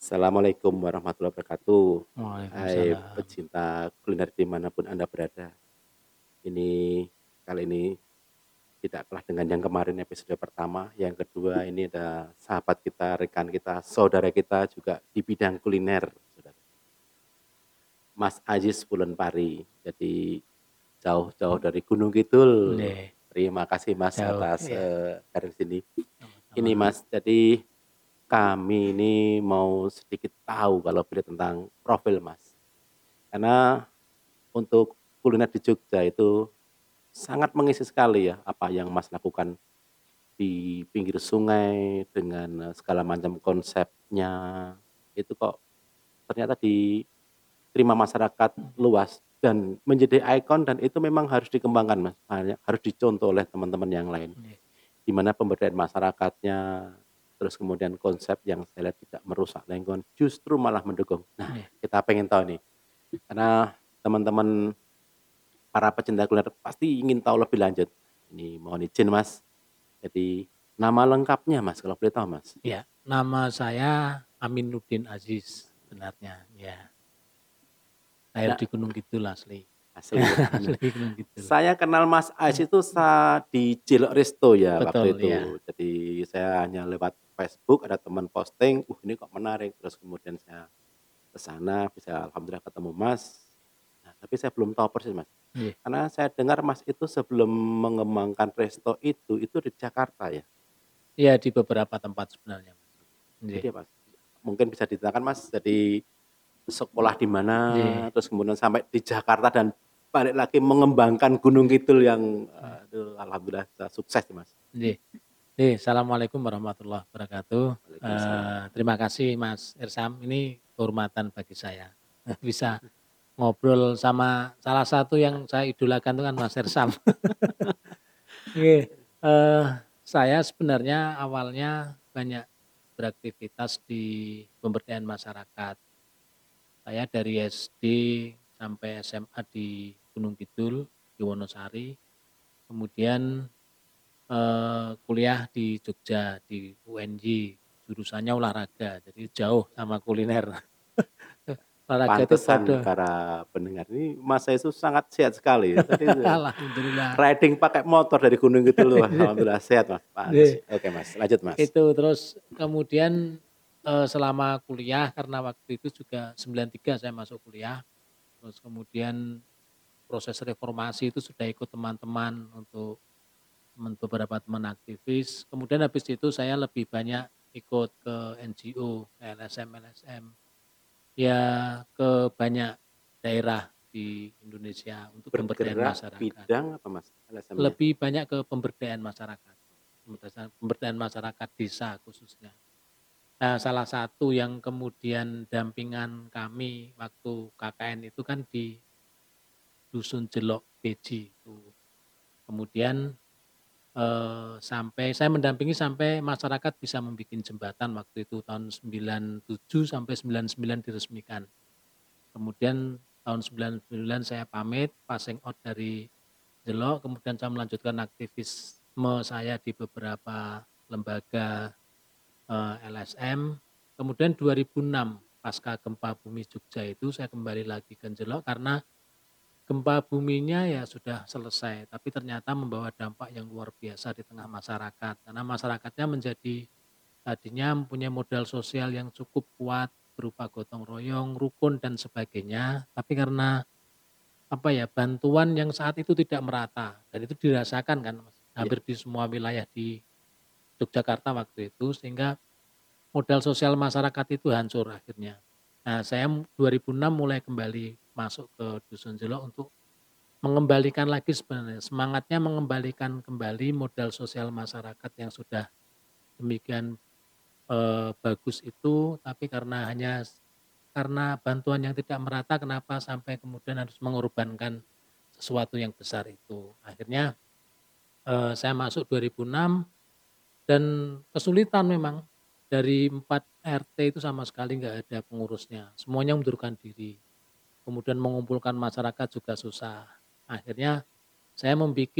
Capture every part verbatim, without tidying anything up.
Assalamualaikum warahmatullahi wabarakatuh. Hai Waalaikumsalam. pecinta kuliner dimanapun Anda berada. Ini kali ini tidak kalah dengan yang kemarin episode pertama, yang kedua ini ada sahabat kita, rekan kita, saudara kita juga di bidang kuliner, saudara. Mas Ajis Wulandari. Jadi jauh-jauh dari Gunung Kidul. Nggih, Terima kasih Mas jauh, atas, iya, eee, dari sini. Ini sama-sama. Mas, jadi kami ini mau sedikit tahu kalau boleh tentang profil Mas. Karena untuk kuliner di Jogja itu sangat mengisi sekali ya, apa yang Mas lakukan di pinggir sungai dengan, eee, segala macam konsepnya, itu kok ternyata diterima masyarakat luas dan menjadi ikon dan itu memang harus dikembangkan Mas, hanya harus dicontoh oleh teman-teman yang lain. Nggih, Di mana pemberdayaan masyarakatnya, terus kemudian konsep yang saya lihat tidak merusak lingkungan, justru malah mendukung. Nah, nggih. kita pengen tahu nih, karena teman-teman para pecinta kuliner pasti ingin tahu lebih lanjut. Ini mohon izin Mas, jadi nama lengkapnya Mas, kalau boleh tahu Mas? Iya, nama saya Aminuddin Aziz sebenarnya, ya. Lahir Nah, di Gunung Kidul asli. asli ya. Nah, Asli Gunung Kidul. saya kenal Mas Ais Mmm, itu sa di Cilok Resto ya waktu betul, itu. iya. Jadi saya hanya lewat Facebook ada teman posting, "Uh, ini kok menarik." Terus kemudian saya ke sana bisa alhamdulillah ketemu Mas. Nah, tapi saya belum tahu persis Mas. Nggih. Karena saya dengar Mas itu sebelum mengembangkan resto itu, itu di Jakarta ya? Iya, di beberapa tempat sebenarnya, Mas. Nggih, Jadi apa mungkin bisa diceritakan Mas, jadi sekolah di mana, nggih, terus kemudian sampai di Jakarta dan balik lagi mengembangkan Gunung Kidul yang, nggih, aduh alhamdulillah bisa sukses nih Mas. nggih. Nggih, assalamualaikum warahmatullahi wabarakatuh. Eee, Waalaikumsalam. terima kasih Mas Irsam, ini kehormatan bagi saya, bisa ngobrol sama salah satu yang saya idolakan itu kan Mas Irsam. Oke, eee, saya sebenarnya awalnya banyak beraktivitas di pemberdayaan masyarakat. Saya dari S D sampai S M A di Gunung Kidul, di Wonosari, kemudian, eee, kuliah di Jogja, di U N Y, jurusannya olahraga, jadi jauh sama kuliner. Olahraga itu Pantesan pada para pendengar ini Mas saya itu sangat sehat sekali ya, tadi itu alhamdulillah. riding pakai motor dari Gunung Kidul, wah alhamdulillah sehat Mas, pantes. Nih, Oke Mas, lanjut Mas. itu terus kemudian, eee, selama kuliah karena waktu itu juga sembilan tiga saya masuk kuliah, terus kemudian proses reformasi itu sudah ikut teman-teman untuk teman beberapa teman aktivis, kemudian habis itu saya lebih banyak ikut ke N G O, L S M-L S M, ya ke banyak daerah di Indonesia untuk pemberdayaan Bergerak masyarakat. bidang apa Mas L S M-nya? Lebih banyak ke pemberdayaan masyarakat, pemberdayaan pemberdayaan masyarakat desa khususnya. Nah, salah satu yang kemudian dampingan kami waktu K K N itu kan di Dusun Jelok Beji itu. Kemudian, eee, sampai saya mendampingi sampai masyarakat bisa membuat jembatan waktu itu tahun sembilan tujuh sampai sembilan sembilan diresmikan. Kemudian tahun sembilan sembilan saya pamit, passing out dari Jelok, kemudian saya melanjutkan aktivisme saya di beberapa lembaga, eee, L S M. Kemudian dua ribu enam pasca gempa bumi Jogja itu saya kembali lagi ke Jelok karena gempa buminya ya sudah selesai, tapi ternyata membawa dampak yang luar biasa di tengah masyarakat. Karena masyarakatnya menjadi tadinya mempunyai modal sosial yang cukup kuat berupa gotong royong, rukun dan sebagainya, tapi karena apa ya, bantuan yang saat itu tidak merata dan itu dirasakan kan Mas, Iya. hampir di semua wilayah di Yogyakarta waktu itu sehingga modal sosial masyarakat itu hancur akhirnya. Nah saya m dua ribu enam mulai kembali masuk ke Dusun Jelok untuk mengembalikan lagi sebenarnya, semangatnya mengembalikan kembali modal sosial masyarakat yang sudah demikian, eee, bagus itu, tapi karena hanya s karena bantuan yang tidak merata kenapa sampai kemudian harus mengorbankan sesuatu yang besar itu. Akhirnya, eee, saya masuk dua ribu enam dan kesulitan memang, dari empat R T itu sama sekali nggak ada pengurusnya, semuanya mundurkan diri. Kemudian mengumpulkan masyarakat juga susah. Akhirnya saya membuat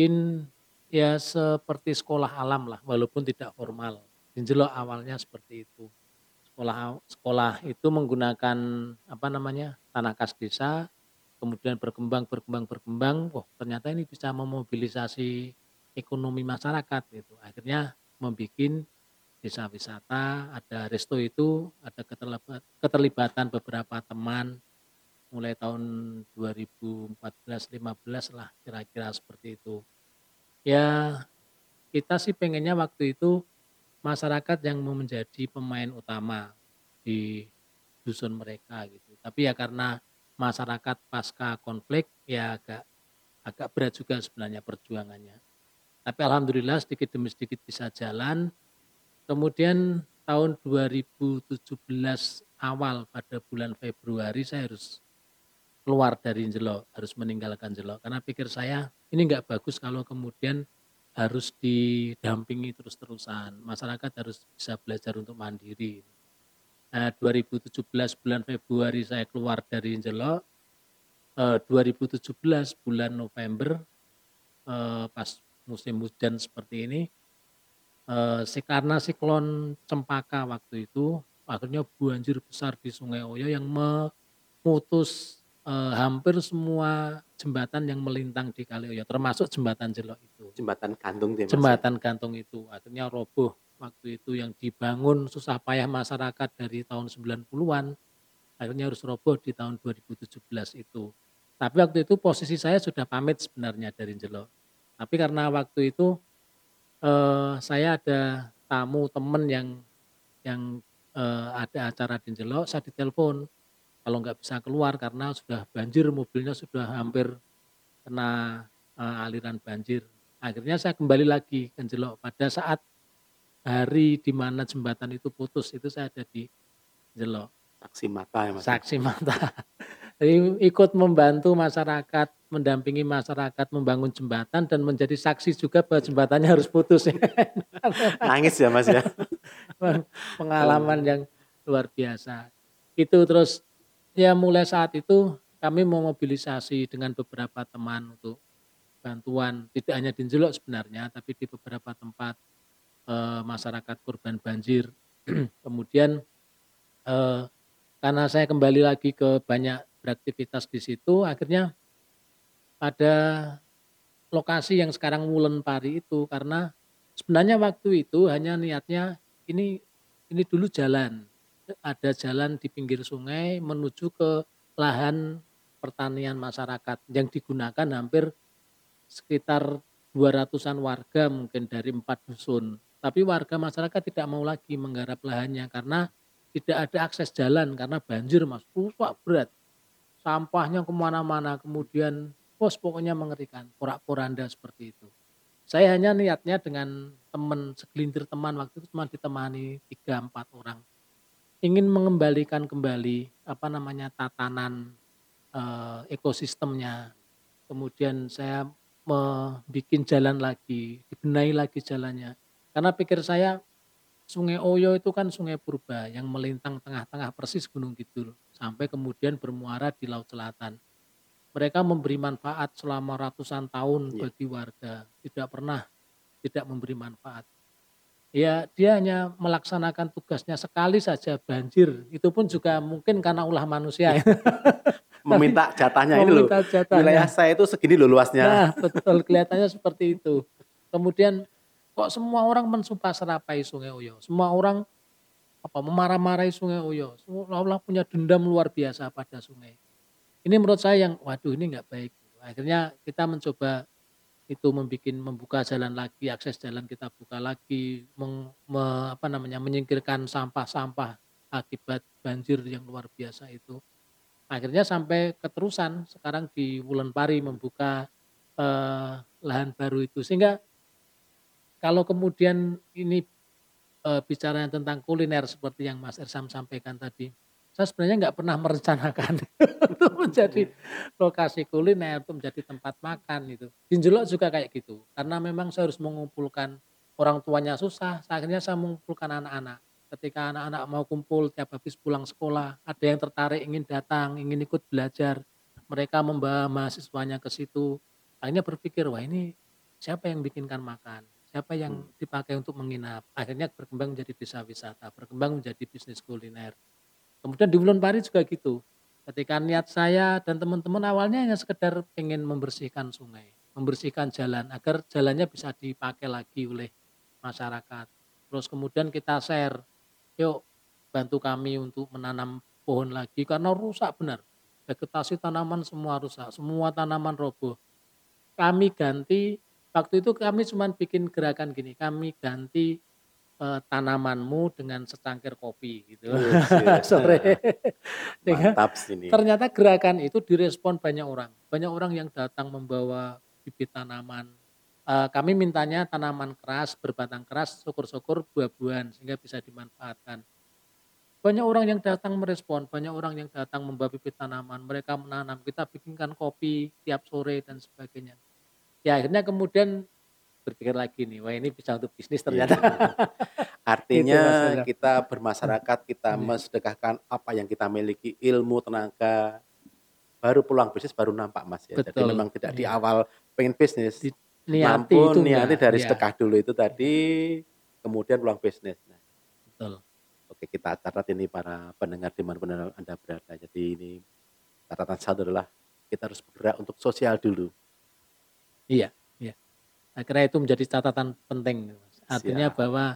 ya seperti sekolah alam lah, walaupun tidak formal. Injilok awalnya seperti itu. Sekolah sekolah itu menggunakan, apa namanya, tanah kas desa, kemudian berkembang berkembang berkembang, oh ternyata ini bisa memobilisasi ekonomi masyarakat gitu. Akhirnya membikin desa wisata, ada resto itu, ada keterlibat keterlibatan beberapa teman, mulai tahun dua ribu empat belas, lima belas lah kira-kira seperti itu. Ya, kita sih pengennya waktu itu masyarakat yang mau menjadi pemain utama di dusun mereka gitu. Tapi ya karena masyarakat pasca konflik ya agak agak berat juga sebenarnya perjuangannya. Tapi alhamdulillah sedikit demi sedikit bisa jalan. Kemudian tahun dua ribu tujuh belas awal pada bulan Februari saya harus keluar dari Jelok, harus meninggalkan Jelok. Karena pikir saya ini nggak bagus kalau kemudian harus didampingi terus-terusan. Masyarakat harus bisa belajar untuk mandiri. Nah, dua ribu tujuh belas bulan Februari saya keluar dari Jelok, eh, dua ribu tujuh belas bulan November eh, pas musim hujan seperti ini, eh, si karena siklon Cempaka waktu itu akhirnya banjir besar di Sungai Oyo yang memutus eh, hampir semua jembatan yang melintang di Kali Oyo, termasuk jembatan Jelok itu. Jembatan gantung tuh ya, Mas, ya? Jembatan gantung itu akhirnya roboh waktu itu yang dibangun susah payah masyarakat dari tahun sembilan puluhan, akhirnya harus roboh di tahun dua ribu tujuh belas itu. Tapi waktu itu posisi saya sudah pamit sebenarnya dari Jelok. Tapi karena waktu itu eh, saya ada tamu temen yang yang eh, ada acara di Jelok, saya ditelepon kalau nggak bisa keluar karena sudah banjir, mobilnya sudah hampir kena eh, aliran banjir. Akhirnya saya kembali lagi ke Jelok pada saat hari di mana jembatan itu putus, itu saya ada di Jelok, Saksi mata ya, Mas, ya? saksi mata. Jadi ikut membantu masyarakat, mendampingi masyarakat membangun jembatan dan menjadi saksi juga bahwa jembatannya harus putus. Nangis ya, Mas, ya? Pengalaman yang luar biasa. Itu terus ya mulai saat itu kami memobilisasi dengan beberapa teman untuk bantuan, tidak hanya di Jelok sebenarnya, tapi di beberapa tempat eh, masyarakat korban banjir. Kemudian eh, karena saya kembali lagi ke banyak beraktivitas di situ, akhirnya pada lokasi yang sekarang Wulen Pari itu, karena sebenarnya waktu itu hanya niatnya ini ini dulu jalan, ada jalan di pinggir sungai menuju ke lahan pertanian masyarakat yang digunakan hampir sekitar dua ratusan warga mungkin dari empat dusun. Tapi warga masyarakat tidak mau lagi menggarap lahannya karena tidak ada akses jalan karena banjir Mas, rusak berat. Sampahnya kemana-mana, kemudian pos pokoknya mengerikan, porak-poranda seperti itu. Saya hanya niatnya dengan teman, segelintir teman waktu itu cuma ditemani tiga empat orang, ingin mengembalikan kembali apa namanya tatanan eh, ekosistemnya. Kemudian saya membuat jalan lagi, dibenahi lagi jalannya. Karena pikir saya Sungai Oyo itu kan sungai purba yang melintang tengah-tengah persis Gunung Kidul sampai kemudian bermuara di Laut Selatan. Mereka memberi manfaat selama ratusan tahun Iya. bagi warga, tidak pernah tidak memberi manfaat. Ya, dia hanya melaksanakan tugasnya sekali saja banjir, itu pun juga mungkin karena ulah manusia ya. Tapi Meminta jatahnya ini loh, meminta wilayah jatahnya. saya itu segini loh luasnya. Nah, betul kelihatannya seperti itu. Kemudian kok semua orang mensumpah serapai Sungai Oyo, semua orang apa memarah-marahi Sungai Oyo, seolah-olah punya dendam luar biasa pada sungai. Ini menurut saya yang waduh ini nggak baik. Akhirnya kita mencoba itu membikin membuka jalan lagi, akses jalan kita buka lagi, meng, me- apa namanya menyingkirkan sampah-sampah akibat banjir yang luar biasa itu. Akhirnya sampai keterusan sekarang di Wulanpari membuka eh, lahan baru itu. Sehingga kalau kemudian ini eh, bicara tentang kuliner seperti yang Mas Ersam sampaikan tadi, saya sebenarnya nggak pernah merencanakan untuk menjadi lokasi kuliner, untuk menjadi tempat makan gitu. Di Jelok juga kayak gitu, karena memang saya harus mengumpulkan orang tuanya susah, akhirnya saya mengumpulkan anak-anak. Ketika anak-anak mau kumpul tiap habis pulang sekolah, ada yang tertarik ingin datang, ingin ikut belajar, mereka membawa mahasiswanya ke situ. Akhirnya berpikir, wah ini siapa yang bikinkan makan? siapa yang Hmm. dipakai untuk menginap. Akhirnya berkembang menjadi desa wisata, berkembang menjadi bisnis kuliner. Kemudian di Wulanpari juga gitu. Ketika niat saya dan teman-teman awalnya hanya sekedar pengen membersihkan sungai, membersihkan jalan agar jalannya bisa dipakai lagi oleh masyarakat. Terus kemudian kita share, "Yuk bantu kami untuk menanam pohon lagi," karena rusak benar. Vegetasi tanaman semua rusak, semua tanaman roboh. Kami ganti, waktu itu kami cuman bikin gerakan gini, "Kami ganti, eee, tanamanmu dengan secangkir kopi," gitu. Wes, ya. Sore. Sehingga Mantap sih ini. ternyata gerakan itu direspon banyak orang. Banyak orang yang datang membawa bibit tanaman. Eee, kami mintanya tanaman keras, berbatang keras, syukur-syukur buah-buahan sehingga bisa dimanfaatkan. Banyak orang yang datang merespon, banyak orang yang datang membawa bibit tanaman, mereka menanam, kita bikinkan kopi tiap sore dan sebagainya. Ya akhirnya kemudian berpikir lagi nih, wah ini bisa untuk bisnis Iya. ternyata. Gitu Artinya Mas Reza. kita Mmm, bermasyarakat, kita iya, mensedekahkan apa yang kita miliki, ilmu, tenaga, baru peluang bisnis baru nampak, Mas, ya. Jadi betul, memang tidak di iya. awal pengen bisnis, Diniati itu nampun niatnya enggak, dari iya, sedekah dulu itu iya, tadi, kemudian peluang bisnis. Nah, betul. oke kita catat ini para pendengar di mana Anda berada. Jadi ini catatan satu adalah kita harus bergerak untuk sosial dulu. Iya, iya. Akhirnya itu menjadi catatan penting, Mas. Artinya Siap. bahwa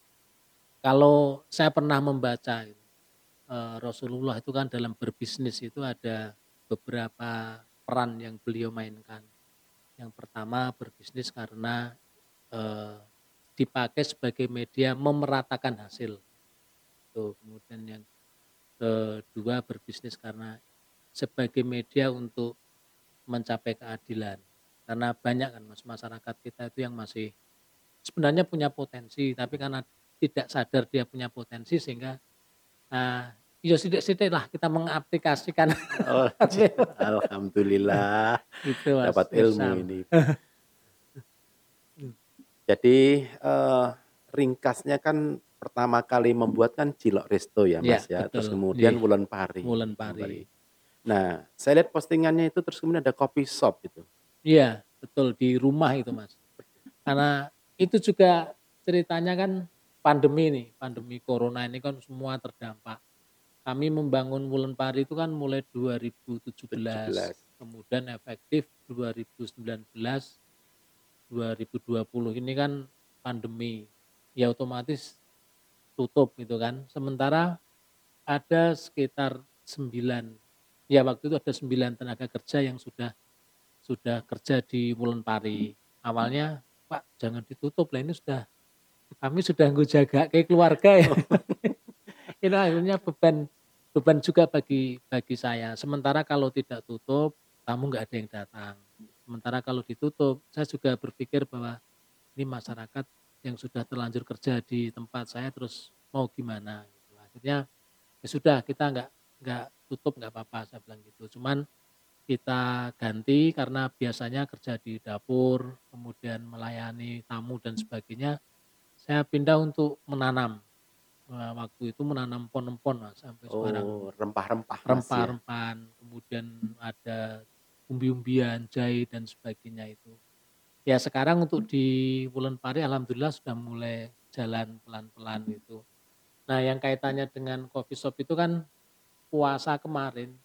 kalau saya pernah membaca gitu, eee, Rasulullah itu kan dalam berbisnis itu ada beberapa peran yang beliau mainkan. Yang pertama berbisnis karena, eee, dipakai sebagai media memeratakan hasil, tuh. Kemudian yang kedua berbisnis karena sebagai media untuk mencapai keadilan. Karena banyak kan Mas, masyarakat kita itu yang masih sebenarnya punya potensi, tapi karena tidak sadar dia punya potensi sehingga, eee, ya sithik-sithik lah kita mengaplikasikan Oh, alhamdulillah itu Mas, dapat ilmu Irsam. ini. Jadi, eee, ringkasnya kan pertama kali membuat kan Cilok Resto ya, Iya Mas, ya, terus betul, kemudian nggih, Wulanpari Wulanpari. Wulanpari. Nah, saya lihat postingannya itu terus kemudian ada coffee shop itu. Iya, betul di rumah itu Mas. Karena itu juga ceritanya kan pandemi nih, pandemi corona ini kan semua terdampak. Kami membangun Wulanpari itu kan mulai dua ribu tujuh belas, tujuh belas. kemudian efektif dua ribu sembilan belas, dua ribu dua puluh ini kan pandemi. Ya otomatis tutup gitu kan. Sementara ada sekitar sembilan, ya waktu itu ada sembilan tenaga kerja yang sudah sudah kerja di Wulanpari. Awalnya, "Pak jangan ditutup, lah ini sudah kami sudah nggo jagake keluarga ya." Itu akhirnya beban beban juga bagi bagi saya. Sementara kalau tidak tutup, tamu nggak ada yang datang. Sementara kalau ditutup, saya juga berpikir bahwa ini masyarakat yang sudah terlanjur kerja di tempat saya terus mau gimana gitu. Akhirnya, ya sudah kita nggak nggak tutup nggak apa-apa saya bilang gitu. Cuman kita ganti karena biasanya kerja di dapur, kemudian melayani tamu dan sebagainya, saya pindah untuk menanam. Eee, waktu itu menanam pohon-pohon Mas, sampai sekarang Oh, rempah-rempah, Mas, ya. rempah-rempahan, kemudian ada umbi-umbian, jahe dan sebagainya itu. Ya sekarang untuk di Wulanpari alhamdulillah sudah mulai jalan pelan-pelan gitu. Nah yang kaitannya dengan coffee shop itu kan puasa kemarin,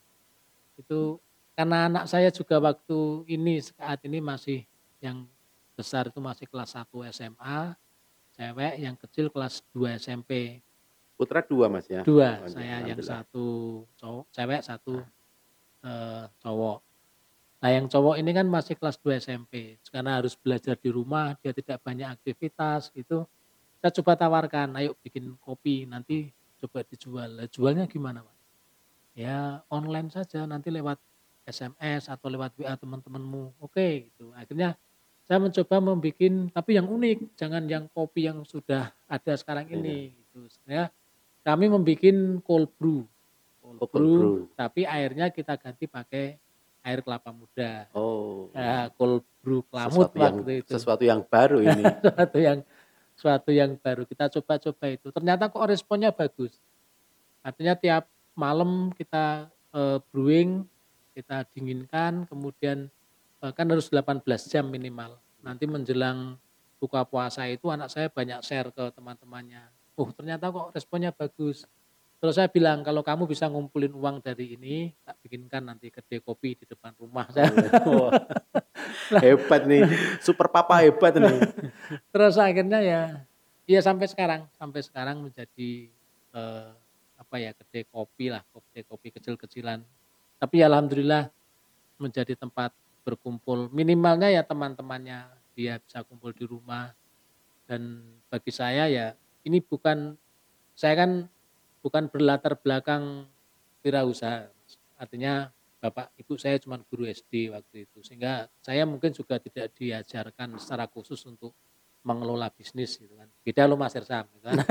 itu karena anak saya juga waktu ini, saat ini masih yang besar itu masih kelas satu S M A, cewek, yang kecil kelas dua S M P. Putra dua Mas, ya? Dua, Oh, ya saya yang alhamdulillah. satu cowok cewek, satu eee, cowok. Nah yang cowok ini kan masih kelas dua S M P, karena harus belajar di rumah, dia tidak banyak aktivitas gitu, saya coba tawarkan, "Ayo bikin kopi, nanti coba dijual." Lah jualnya gimana, Mas? "Ya online saja, nanti lewat S M S atau lewat W A teman-temanmu." "Oke," gitu. Akhirnya saya mencoba membikin tapi yang unik, jangan yang kopi yang sudah ada sekarang Iya. ini, gitu. Sebenarnya kami membikin cold brew. Cold Oh, cold brew, brew. tapi airnya kita ganti pakai air kelapa muda. Oh, Eee, cold brew Kelamut sesuatu yang waktu itu. sesuatu yang baru ini. Suatu yang suatu yang baru, kita coba-coba itu. Ternyata kok responnya bagus. Artinya tiap malam kita, eee, brewing, kita dinginkan, kemudian, eee, kan harus delapan belas jam minimal. Nanti menjelang buka puasa itu anak saya banyak share ke teman-temannya. Oh ternyata kok responnya bagus. Terus saya bilang, "Kalau kamu bisa ngumpulin uang dari ini, tak bikinkan nanti kedai kopi di depan rumah." Saya Oh, wah, hebat nih, super papa hebat nih. terus akhirnya ya, ya sampai sekarang sampai sekarang menjadi, eee, apa ya, kedai kopi lah, kedai kopi kecil-kecilan. Tapi alhamdulillah menjadi tempat berkumpul, minimalnya ya teman-temannya dia bisa kumpul di rumah. Dan bagi saya ya, ini bukan saya kan bukan berlatar belakang wirausaha, Mas. Artinya bapak ibu saya cuma guru S D waktu itu, sehingga saya mungkin juga tidak diajarkan secara khusus untuk mengelola bisnis gitu kan. Beda loh Mas Ersam gitu kan.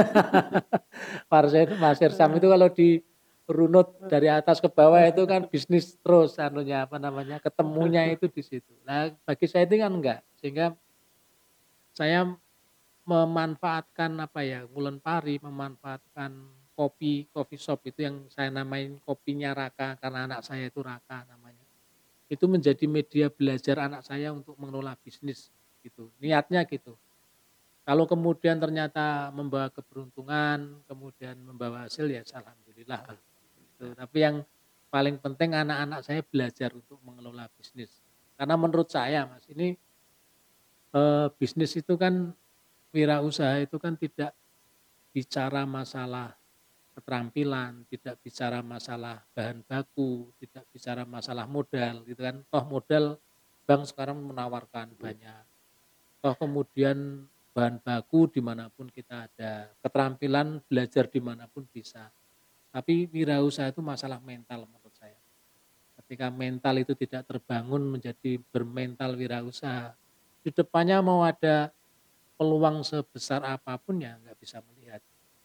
Mas Er Mas Ersam itu kalau dirunut dari atas ke bawah itu kan bisnis terus anunya, apa namanya, ketemunya itu di situ. Nah bagi saya itu kan enggak, sehingga saya memanfaatkan apa ya, Wulan Pari, memanfaatkan kopi, coffee shop itu yang saya namain kopinya Raka karena anak saya itu Raka namanya. Itu menjadi media belajar anak saya untuk mengelola bisnis gitu, niatnya gitu. Kalau kemudian ternyata membawa keberuntungan, kemudian membawa hasil ya alhamdulillah lah gitu. Tapi yang paling penting anak-anak saya belajar untuk mengelola bisnis. Karena menurut saya Mas, ini, eee, bisnis itu kan wirausaha itu kan tidak bicara masalah keterampilan, tidak bicara masalah bahan baku, tidak bicara masalah modal gitu kan. Toh modal bank sekarang menawarkan banyak. Toh kemudian bahan baku dimanapun kita ada, keterampilan belajar dimanapun bisa. Tapi wirausaha itu masalah mental menurut saya. Ketika mental itu tidak terbangun menjadi bermental wirausaha, di depannya mau ada peluang sebesar apapun ya nggak bisa melihat.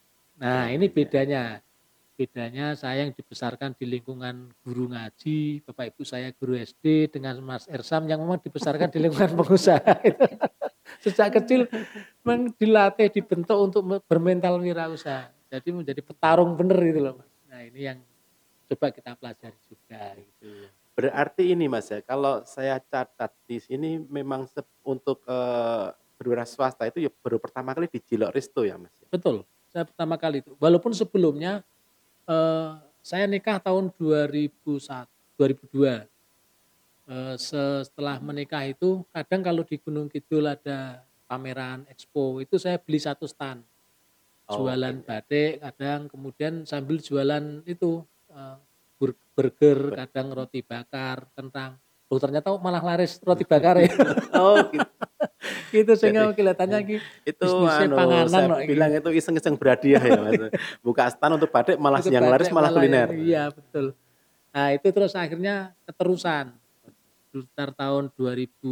Iya Nah iya ini iya. bedanya, bedanya saya yang dibesarkan di lingkungan guru ngaji, bapak ibu saya guru S D dengan Mas Ersam yang memang dibesarkan di lingkungan pengusaha itu. Sejak kecil memang dilatih, dibentuk untuk me bermental wirausaha. Jadi menjadi petarung bener gitu loh Mas. Nah ini yang coba kita pelajari juga gitu. Berarti ini Mas ya, kalau saya catat di sini memang sep untuk, eee, berwira swasta itu ya baru pertama kali di Jilok Resto ya Mas ya? Betul, saya pertama kali itu. Walaupun sebelumnya, eee, saya nikah tahun dua ribu satu dua ribu dua. Eee, se setelah menikah itu kadang kalau di Gunung Kidul ada pameran expo itu saya beli satu stand, Oke, jualan ya. batik kadang kemudian sambil jualan itu, eee, bur burger, Ber kadang roti bakar, kentang. Loh ternyata malah laris roti bakar ya. oh gitu. Itu Jadi, sehingga kelihatannya eee, iki itu bisnisnya anu panganan saya kok iki. bilang itu iseng-iseng berhadiah ya Mas, buka stand untuk batik malah Itu yang laris batik malah malah yang kuliner. iya betul. Nah itu terus akhirnya keterusan. Sekitar tahun dua ribu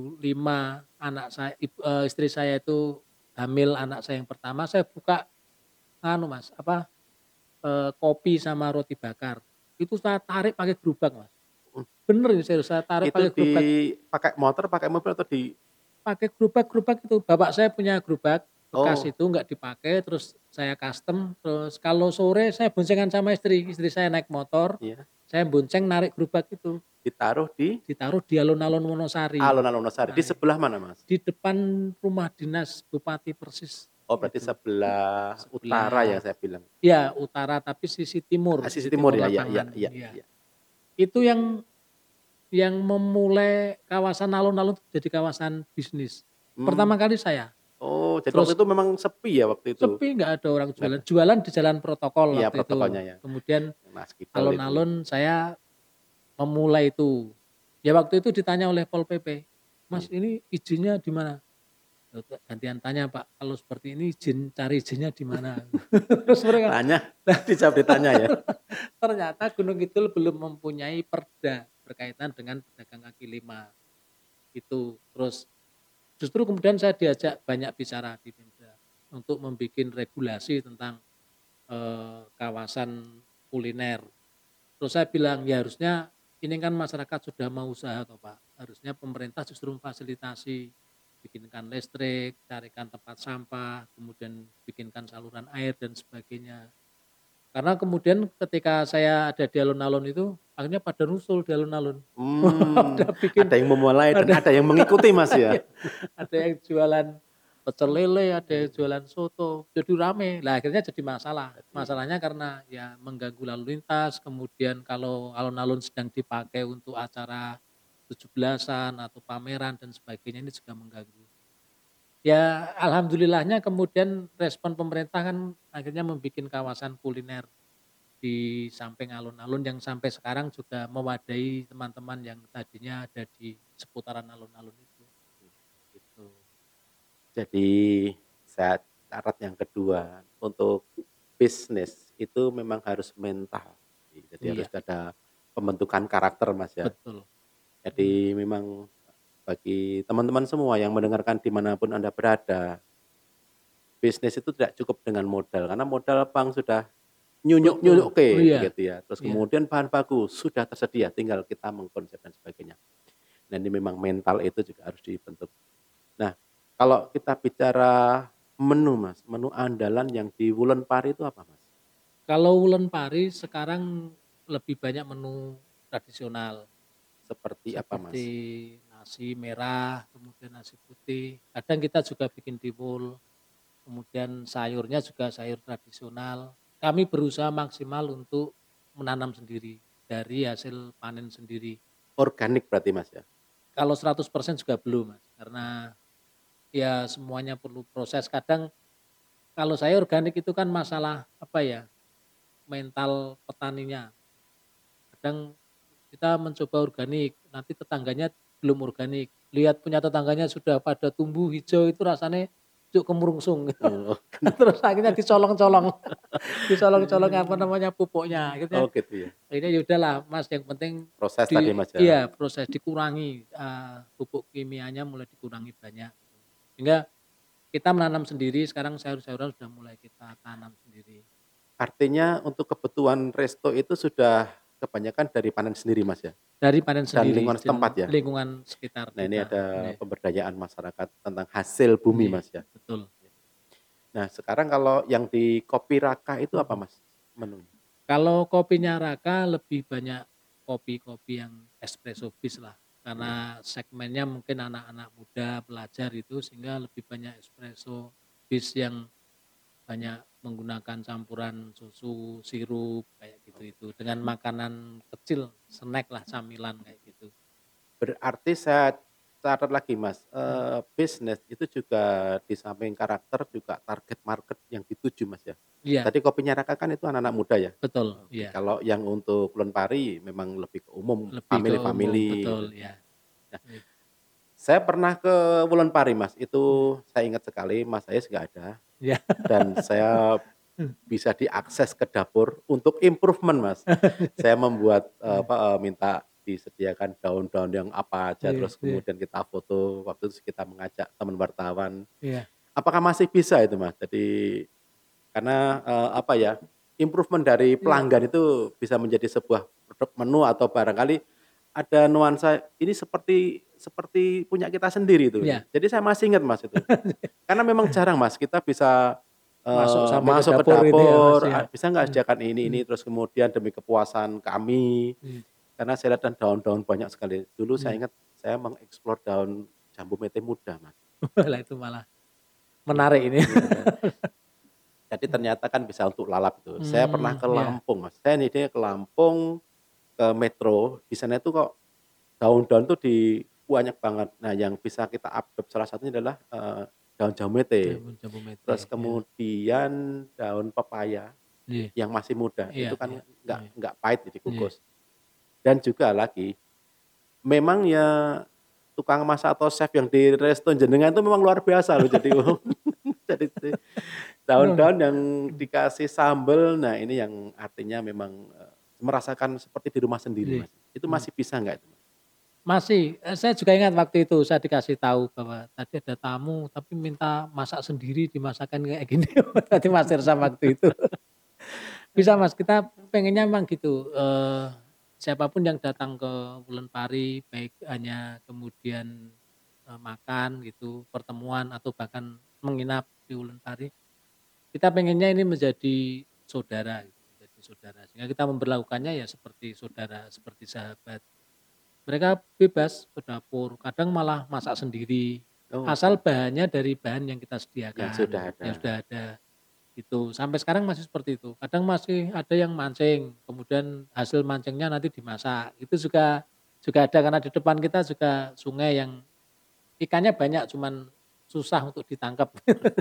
lima anak saya ib eee, istri saya itu hamil anak saya yang pertama, saya buka anu Mas, apa, eee, kopi sama roti bakar. Itu saya tarik pakai gerobak Mas. Mhm, Bener ini serius, saya tarik itu pakai di gerobak. pakai motor, pakai mobil atau di Pakai gerobak-gerobak itu, bapak saya punya gerobak bekas oh, itu nggak dipakai, terus saya custom, terus kalau sore saya boncengan sama istri, istri saya naik motor, iya, saya bonceng narik gerobak itu, ditaruh di ditaruh di alun-alun Wonosari. alun-alun Wonosari, di Nah, sebelah mana Mas? di depan rumah dinas Bupati persis Oh berarti itu, sebelah utara yang sebelah saya bilang. ya utara tapi sisi timur, Ah, sisi sisi timur timur ya? Iya iya lapangan, iya iya. iya. Itu yang yang memulai kawasan alun-alun jadi kawasan bisnis. Mmm, Pertama kali saya, oh jadi waktu terus itu memang sepi ya waktu itu? sepi nggak ada orang Nggak jualan, ada jualan di jalan protokol iya waktu itu. protokolnya ya, Kemudian Mas Kidal itu. alun-alun saya memulai itu. Ya waktu itu ditanya oleh Pol P P, "Mas Iya. ini izinnya di mana?" Loh kok gantian tanya Pak, "Kalau seperti ini izin cari izinnya di mana?" Terus mereka, Tanya, dijawab ditanya ya? ternyata Gunung Kidul belum mempunyai perda berkaitan dengan pedagang kaki lima, itu. Terus justru kemudian saya diajak banyak bicara di Pemda untuk membuat regulasi tentang, eee, kawasan kuliner. Terus saya bilang, "Ya harusnya ini kan masyarakat sudah mau usaha toh Pak, harusnya pemerintah justru memfasilitasi, bikinkan listrik, carikan tempat sampah, kemudian bikinkan saluran air dan sebagainya." Karena kemudian ketika saya ada di alun-alun itu, akhirnya pada nusul di alun-alun. Mmm, Pada bikin ada yang memulai dan ada ada yang mengikuti Mas ya? ada yang jualan pecel lele, ada yang Iya. jualan soto, jadi rame. Lah akhirnya jadi masalah. Jadi Masalahnya karena ya mengganggu lalu lintas, kemudian kalau alun-alun sedang dipakai untuk acara tujuh belasan atau pameran dan sebagainya ini juga mengganggu. Ya alhamdulillahnya kemudian respon pemerintah kan akhirnya membuat kawasan kuliner di samping alun-alun yang sampai sekarang juga mewadahi teman-teman yang tadinya ada di seputaran alun-alun itu, gitu. jadi saya catat yang kedua, untuk bisnis itu memang harus mental. Jadi harus Iya, ada pembentukan karakter, Mas, ya. betul. Mhm, Jadi memang bagi teman-teman semua yang mendengarkan dimanapun Anda berada, bisnis itu tidak cukup dengan modal, karena modal bank sudah betul. nyunyuk-nyunyuk oke, Oh iya, begitu ya. Terus iya. kemudian bahan baku sudah tersedia, tinggal kita mengkonsep dan sebagainya. Dan ini memang mental itu juga harus dibentuk. Nah, kalau kita bicara menu, Mas, menu andalan yang di Wulan Pari itu apa, Mas? Kalau Wulan Pari sekarang lebih banyak menu tradisional, Seperti apa, seperti Mas? nasi merah, kemudian nasi putih, kadang kita juga bikin tiwul, kemudian sayurnya juga sayur tradisional. Kami berusaha maksimal untuk menanam sendiri, dari hasil panen sendiri. Organik berarti, Mas, ya? Kalau seratus persen juga belum, Mas, karena ya semuanya perlu proses. Kadang kalau saya organik itu kan masalah, apa ya, mental petaninya. Kadang kita mencoba organik, nanti tetangganya belum organik, lihat punya tetangganya sudah pada tumbuh hijau itu rasanya cuk kemurungsung gitu. Oh, Terus akhirnya dicolong-colong, dicolong-colong apa namanya, pupuknya. Akhirnya oh gitu ya? akhirnya ya udahlah Mas, yang penting Proses tadi, di Mas, ya? iya proses dikurangi, eee, pupuk kimianya mulai dikurangi banyak. Sehingga kita menanam sendiri, sekarang sayur-sayuran sudah mulai kita tanam sendiri. Artinya untuk kebutuhan resto itu sudah kebanyakan dari panen sendiri, Mas, ya? Dari panen Dan sendiri lingkungan setempat dan ya? lingkungan sekitar Nah, ini kita. ada Iya, pemberdayaan masyarakat tentang hasil bumi, iya, Mas, ya? betul. Nah, sekarang kalau yang di Kopi Raka itu apa, Mhm. Mas, menunya? Kalau kopinya Raka lebih banyak kopi-kopi yang espresso bis lah, Iya. karena segmennya mungkin anak-anak muda, pelajar itu sehingga lebih banyak espresso bis yang banyak menggunakan campuran susu, sirup, kayak gitu itu, dengan makanan kecil, snack lah, camilan kayak gitu. Berarti saya catat lagi, Mas, Mhm. eee, bisnis itu juga di samping karakter juga target market yang dituju, Mas, ya? Iya, Tadi Kopinya Raka kan itu anak-anak muda ya? betul, Oke, iya, kalau yang untuk Lentari memang lebih ke umum, lebih ke umum, family-family betul, gitu. ya. Nah, Iya, saya pernah ke Wulanpari, Mas, itu iya, saya ingat sekali Mas saya nggak ada iya. dan saya bisa diakses ke dapur untuk improvement, Mas. Saya membuat, eee, Iya, apa, eee, minta disediakan daun-daun yang apa aja, iya, terus iya, kemudian kita foto, waktu itu kita mengajak teman wartawan. iya, Apakah masih bisa itu, Mas? Jadi karena, eee, apa ya, improvement dari iya, pelanggan itu bisa menjadi sebuah produk menu atau barangkali ada nuansa ini seperti seperti punya kita sendiri itu. iya. Jadi saya masih ingat, Mas, itu. Karena memang jarang, Mas, kita bisa, Masuk eee, sampai ke masuk ke dapur itu ya, Mas, dapur, ya? a "Bisa nggak Mmm, sediakan ini ini?" mmm, Terus kemudian demi kepuasan kami, iya, karena saya lihat kan daun-daun banyak sekali. Dulu saya iya. ingat saya mengeksplor daun jambu mete muda, Mas. Lah itu malah Iya, menarik ini. iya. Jadi Mmm, ternyata kan bisa untuk lalap itu. Saya pernah mmm, ke iya, Lampung, Mas. Saya nih ke Lampung, ke Metro, di sana itu kok daun-daun tuh di banyak banget. Nah, yang bisa kita adopt salah satunya adalah, eee, daun jamete, jambu jambu mete, terus iya, kemudian daun pepaya iya, yang masih muda, iya, itu kan iya, nggak iya, nggak pahit ya iya, dikukus. Dan juga lagi, memang ya tukang masak atau chef yang di resto jenengan itu memang luar biasa loh jadi jadi si mhm, daun-daun yang mmm, dikasih sambel, nah ini yang artinya memang, eee, merasakan seperti di rumah sendiri, iya, Mas. Itu mmm. masih bisa nggak itu, Mas? Masih, eee, saya juga ingat waktu itu saya dikasih tahu bahwa tadi ada tamu tapi minta masak sendiri dimasakan kayak gini, tadi Mas Irsam waktu itu. Bisa Mas, kita pengennya memang gitu, eee, siapa yang datang ke Wulanpari, baik hanya kemudian, eee, makan gitu, pertemuan atau bahkan menginap di Wulanpari, kita pengennya ini menjadi saudara gitu, menjadi saudara. Sehingga kita memperlakukannya ya seperti saudara, seperti sahabat. Mereka bebas ke dapur, kadang malah masak sendiri. Oh, asal gitu. bahannya dari bahan yang kita Yang sediakan, sudah yang ada. sudah ada, gitu. Sampai sekarang masih seperti itu. Kadang masih ada yang mancing, kemudian hasil mancingnya nanti dimasak. Itu juga juga ada karena di depan kita juga sungai yang ikannya banyak, cuman susah untuk ditangkap.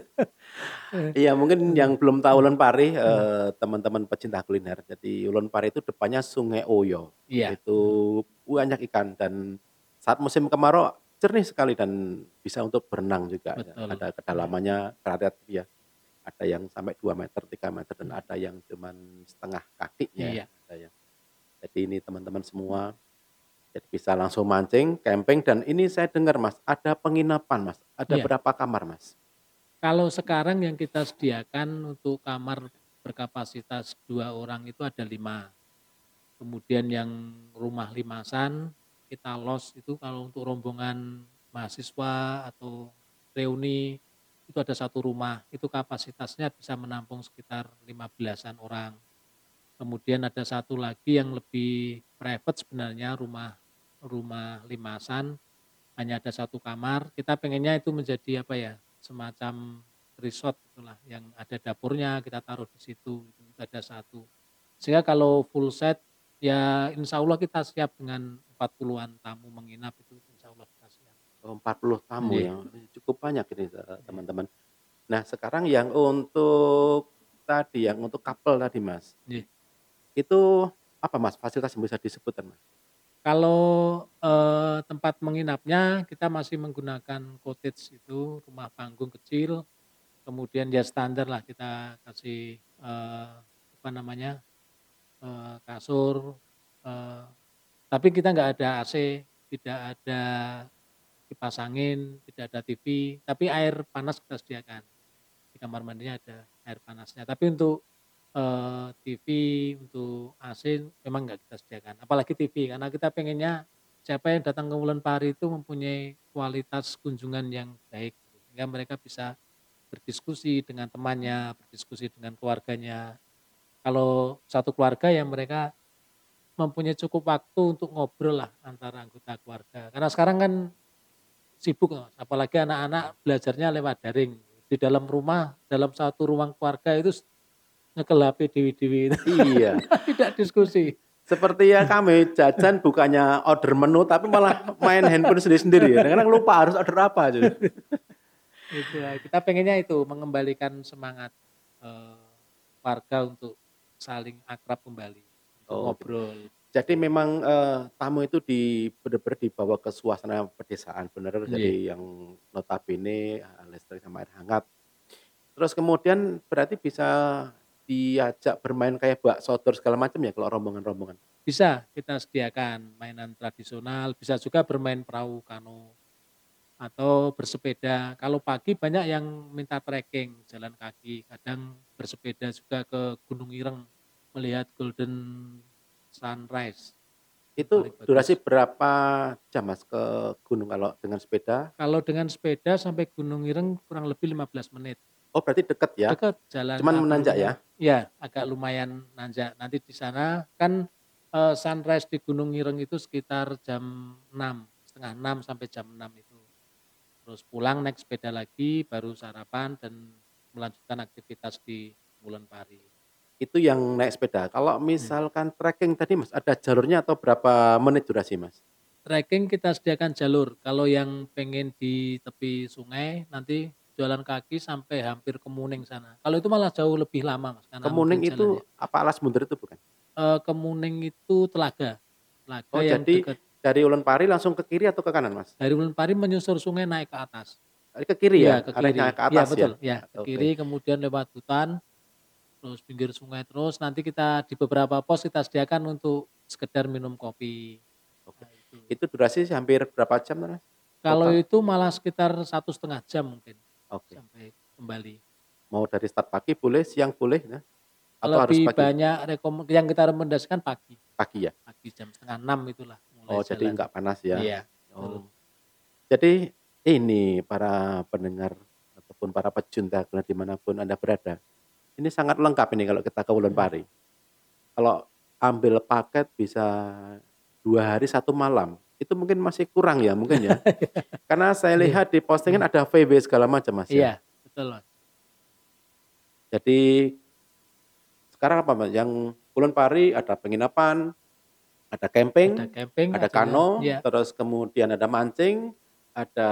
Iya, mungkin Mmm, yang belum tahu mhm, Ulun Pari, mhm. eee, teman-teman pecinta kuliner. Jadi Ulun Pari itu depannya Sungai Oyo. Iya, Itu mhm, banyak ikan dan saat musim kemarau jernih sekali dan bisa untuk berenang juga ya. betul, Ada iya, kedalamannya relatif ya. Ada yang sampai dua meter, tiga meter dan mhm, ada yang cuman setengah kaki ya, iya, ada yang. Jadi ini teman-teman semua jadi bisa langsung mancing, camping dan ini saya dengar Mas, ada penginapan Mas. Ada iya. berapa kamar Mas? Kalau sekarang yang kita sediakan untuk kamar berkapasitas dua orang itu ada lima. Kemudian yang rumah limasan, kita los itu kalau untuk rombongan mahasiswa atau reuni, itu ada satu rumah, itu kapasitasnya bisa menampung sekitar lima belasan orang. Kemudian ada satu lagi yang lebih private sebenarnya rumah rumah limasan, hanya ada satu kamar, kita pengennya itu menjadi apa ya, semacam resort itulah yang ada dapurnya kita taruh di situ, itu ada satu. Sehingga kalau full set, ya insya Allah kita siap dengan empat puluhan tamu menginap itu insya Allah kita siap. Oh, empat puluh tamu Nggih, ya, cukup banyak ini, eee, nggih, teman-teman. Nah, sekarang yang untuk tadi, yang untuk couple tadi, Mas, nggih. itu apa, Mas, fasilitas yang bisa disebutkan, Mas? Kalau, eee, tempat menginapnya kita masih menggunakan cottage itu, rumah panggung kecil, kemudian ya standar lah kita kasih, eee, apa namanya, eee, kasur, eee, tapi kita nggak ada A C, tidak ada kipas angin, tidak ada T V, tapi air panas kita sediakan. Di kamar mandinya ada air panasnya. Tapi untuk, eee, T V, untuk A C memang nggak kita sediakan. Apalagi T V, karena kita pengennya siapa yang datang ke Wulanpari itu mempunyai kualitas kunjungan yang baik, gitu. Sehingga mereka bisa berdiskusi dengan temannya, berdiskusi dengan keluarganya. Kalau satu keluarga ya mereka mempunyai cukup waktu untuk ngobrol lah antara anggota keluarga. Karena sekarang kan sibuk Mas, apalagi anak-anak belajarnya lewat daring. Di dalam rumah, dalam satu ruang keluarga itu s nyekel H P dewe-dewe itu, Iya, tidak diskusi. seperti ya kami jajan bukannya order menu, tapi malah main handphone sendiri-sendiri ya, kadang-kadang lupa harus order apa gitu. Itu, eee, kita pengennya itu mengembalikan semangat, eee, warga untuk saling akrab kembali, untuk Oh, gitu. ngobrol, Jadi gitu. memang, eee, tamu itu di bener-bener dibawa ke suasana pedesaan, bener, Nggih, jadi yang notabene, eee, listrik sama air hangat. Terus kemudian berarti bisa diajak bermain kayak bak sodor segala macam ya kalau rombongan-rombongan? bisa kita sediakan mainan tradisional, bisa juga bermain perahu kano. Atau bersepeda, kalau pagi banyak yang minta trekking, jalan kaki, kadang bersepeda juga ke Gunung Ireng, melihat golden sunrise, itu paling Itu durasi bagus. berapa jam Mas ke gunung kalau dengan sepeda? Kalau dengan sepeda sampai Gunung Ireng kurang lebih lima belas menit, Oh, berarti deket ya? dekat jalan Cuman apa menanjak namanya ya? ya agak lumayan nanjak, nanti di sana kan, eee, sunrise di Gunung Ireng itu sekitar jam enam, setengah enam sampai jam enam itu. Terus pulang naik sepeda lagi, baru sarapan dan melanjutkan aktivitas di Wulanpari. Itu yang naik sepeda. Kalau Iya. misalkan trekking tadi Mas, ada jalurnya atau berapa menit durasi Mas? Trekking kita sediakan jalur, kalau yang pengen di tepi sungai, nanti jalan kaki sampai hampir ke Muning sana. Kalau itu malah jauh lebih lama Mas, karena mungkin Kemuning itu jalannya. apa alas mundur itu bukan? Eee, ke Muning itu telaga, telaga Oh, yang jadi dekat dari Ulenpari langsung ke kiri atau ke kanan Mas? dari Wulanpari menyusur sungai naik ke atas. Tadi ke kiri ya? Iya ke Arahnya kiri, ke iya atas ya? betul, ya ke Oke. kiri kemudian lewat hutan, terus pinggir sungai terus, nanti kita di beberapa pos kita sediakan untuk sekedar minum kopi. Oke. Nah itu. Itu durasi hampir berapa jam Mas, Kalau total? itu malah sekitar satu setengah jam mungkin, Oke. sampai kembali. Mau dari start pagi boleh, siang boleh ya? Atau harus Lebih pagi? banyak rekom yang kita rekomendasikan pagi, Pagi ya? pagi jam setengah enam itulah mulai Oh, jadi jalan. nggak panas ya? Iya, betul. Oh. Jadi ini para pendengar ataupun para pecinta kuliner dimanapun Anda berada, ini sangat lengkap ini kalau kita ke Mhm, Wulanpari. Kalau ambil paket bisa dua hari satu malam, itu mungkin masih kurang ya mungkin ya? Karena saya Iya. lihat di postingan Hmm. ada V W segala macam Mas ya. Iya, betul Mas. Jadi sekarang apa Mas, yang Uluan Pari ada penginapan, ada Ada camping, camping, ada juga kano, iya. terus kemudian ada mancing, ada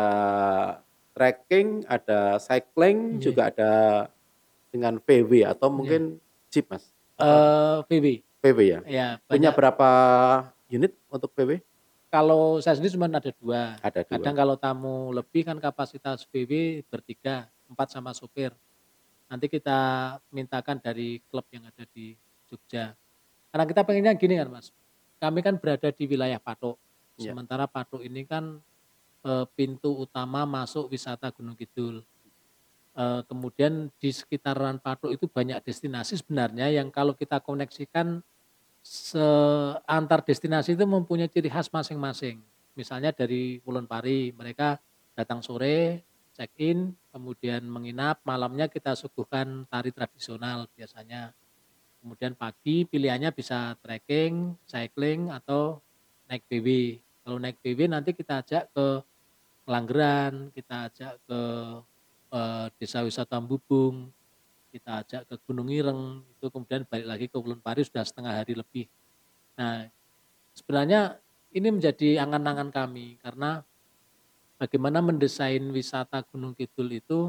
trekking, ada cycling, Iya. juga ada dengan V W atau Iya. mungkin jeep Mas? Atau Eee, V W. V W ya? Iya, Punya banyak. berapa unit untuk V W? Kalau saya sendiri cuman ada dua. Ada Kadang dua. kalau tamu lebih kan kapasitas V W bertiga, empat sama supir. Nanti kita mintakan dari klub yang ada di Jogja. Karena kita pengennya gini kan Mas, kami kan berada di wilayah Patok, Iya. sementara Patok ini kan, eee, pintu utama masuk wisata Gunung Kidul. Eee, kemudian di sekitaran Patok itu banyak destinasi sebenarnya yang kalau kita koneksikan, se antar destinasi itu mempunyai ciri khas masing-masing. Misalnya dari Uluan Pari, mereka datang sore, check-in, kemudian menginap, malamnya kita suguhkan tari tradisional biasanya. Kemudian pagi pilihannya bisa trekking, cycling, atau naik V W. Kalau naik V W nanti kita ajak ke Langgeran, kita ajak ke, eee, Desa Wisata Bubung, kita ajak ke Gunung Ireng, itu kemudian balik lagi ke Uluan Pari sudah setengah hari lebih. Nah, sebenarnya ini menjadi angan-angan kami karena bagaimana mendesain wisata Gunung Kidul itu,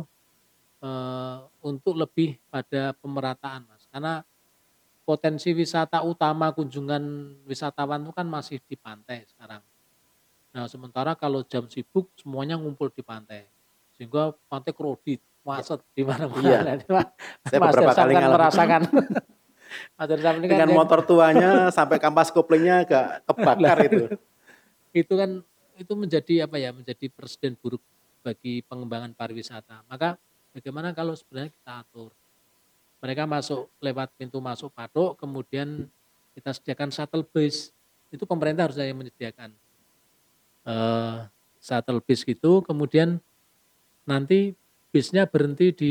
eee, untuk lebih pada pemerataan Mas, karena potensi wisata utama kunjungan wisatawan itu kan masih di pantai sekarang. Nah, sementara kalau jam sibuk semuanya ngumpul di pantai, sehingga pantai crowded, Iya. macet di Iya. mana-mana. Nah, Saya Mas beberapa Ersam kali kan ngalamin. merasakan. Mas Ersam ini kan Dengan yang motor tuanya sampai kampas koplingnya agak lah kebakar itu. itu kan itu menjadi apa ya, menjadi presiden buruk bagi pengembangan pariwisata. Maka bagaimana kalau sebenarnya kita atur, mereka masuk lewat pintu masuk Patok, kemudian kita sediakan shuttle bus, itu pemerintah harusnya yang menyediakan. Eee, shuttle bus gitu, kemudian nanti bisnya berhenti di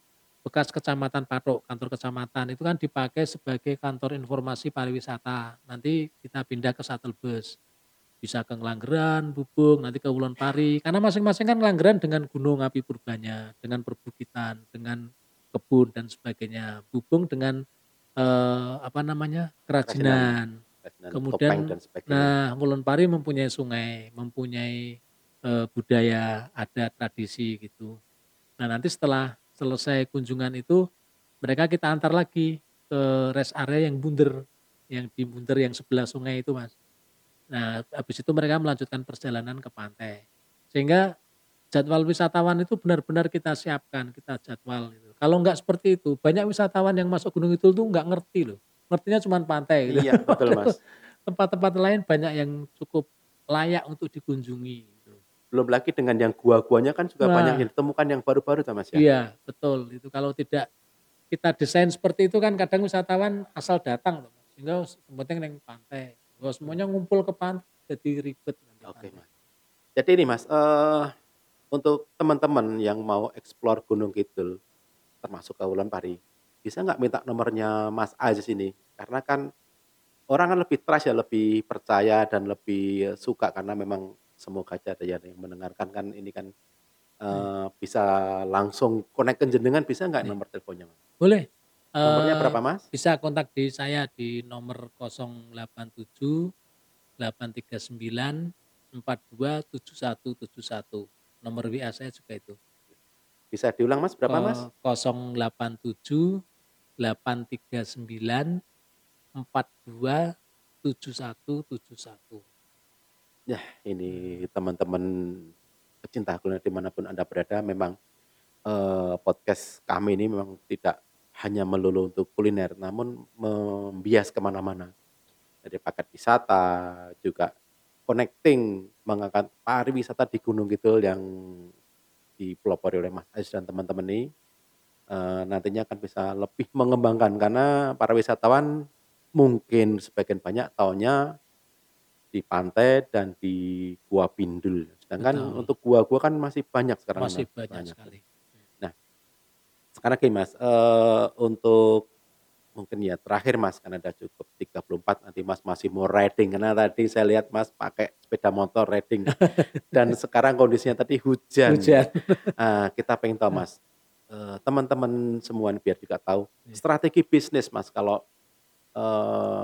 bekas Kecamatan Patok, kantor kecamatan, itu kan dipakai sebagai kantor informasi pariwisata, nanti kita pindah ke shuttle bus. Bisa ke Ngelanggeran, Bubung, nanti ke Uluan Pari, karena masing-masing kan Ngelanggeran dengan gunung api purbanya, dengan perbukitan, dengan kebun dan sebagainya. Bubung dengan, eee, apa namanya, Kerajinan kerajinan. kerajinan topeng Kemudian dan sebagainya. nah Uluan Pari mempunyai sungai, mempunyai, eee, budaya, adat, tradisi gitu. Nah, nanti setelah selesai kunjungan itu, mereka kita antar lagi ke rest area yang Bunder, yang di Bunder yang sebelah sungai itu Mas. Nah, habis itu mereka melanjutkan perjalanan ke pantai. Sehingga jadwal wisatawan itu benar-benar kita siapkan, kita jadwal gitu. Kalau enggak seperti itu, banyak wisatawan yang masuk Gunung Kidul tuh enggak ngerti loh, ngertinya cuman pantai gitu. Iya, betul Padahal Mas. tempat-tempat lain banyak yang cukup layak untuk dikunjungi gitu. Belum lagi dengan yang gua-guanya kan juga banyak yang Wah, ditemukan yang baru-baru tuh Mas ya? iya betul, itu kalau tidak kita desain seperti itu kan kadang wisatawan asal datang loh, sehingga yang penting ning pantai. Kalau semuanya ngumpul ke pantai jadi ribet nanti Oke pantai. Mas. Jadi ini Mas, eee, untuk teman-teman yang mau explore Gunung Kidul, termasuk ke Uluan Pari, bisa nggak minta nomornya Mas Aziz ini? Karena kan orang kan lebih trust ya, lebih percaya dan lebih suka karena memang semoga aja ada yang mendengarkan kan ini kan, Iya, eee, bisa langsung connect ke jenengan bisa nggak iya. nomor teleponnya Mas? Boleh, Nomornya eee, berapa Mas? bisa kontak di saya di nomor nol delapan tujuh, delapan tiga sembilan, empat dua tujuh satu tujuh satu. Nomor W A saya juga itu. Bisa diulang Mas, berapa Ko Mas? nol delapan tujuh, delapan tiga sembilan, empat dua tujuh satu tujuh satu. Yah, ini Mmm, teman-teman pecinta kuliner dimanapun Anda berada memang, eee, podcast kami ini memang tidak hanya melulu untuk kuliner, namun membias ke mana-mana. Dari paket wisata, juga connecting, mengangkat pariwisata di Gunung Kidul yang dipelopori oleh Mas Ais dan teman-teman ini, eee, nantinya akan bisa lebih mengembangkan karena para wisatawan mungkin sebagian banyak taunya di pantai dan di Gua Pindul. Sedangkan betul, untuk gua-gua kan masih banyak sekarang masih Mas, banyak banyak tuh. sekali. Nah, sekarang gini Mas, eee, untuk mungkin ya terakhir Mas, karena udah cukup tiga puluh empat nanti Mas masih mau riding karena tadi saya lihat Mas pakai sepeda motor riding dan sekarang kondisinya tadi hujan. Hujan. Eee, kita pengen tahu Mas, eee, teman-teman semua biar juga tahu Iya. strategi bisnis Mas kalau, eee,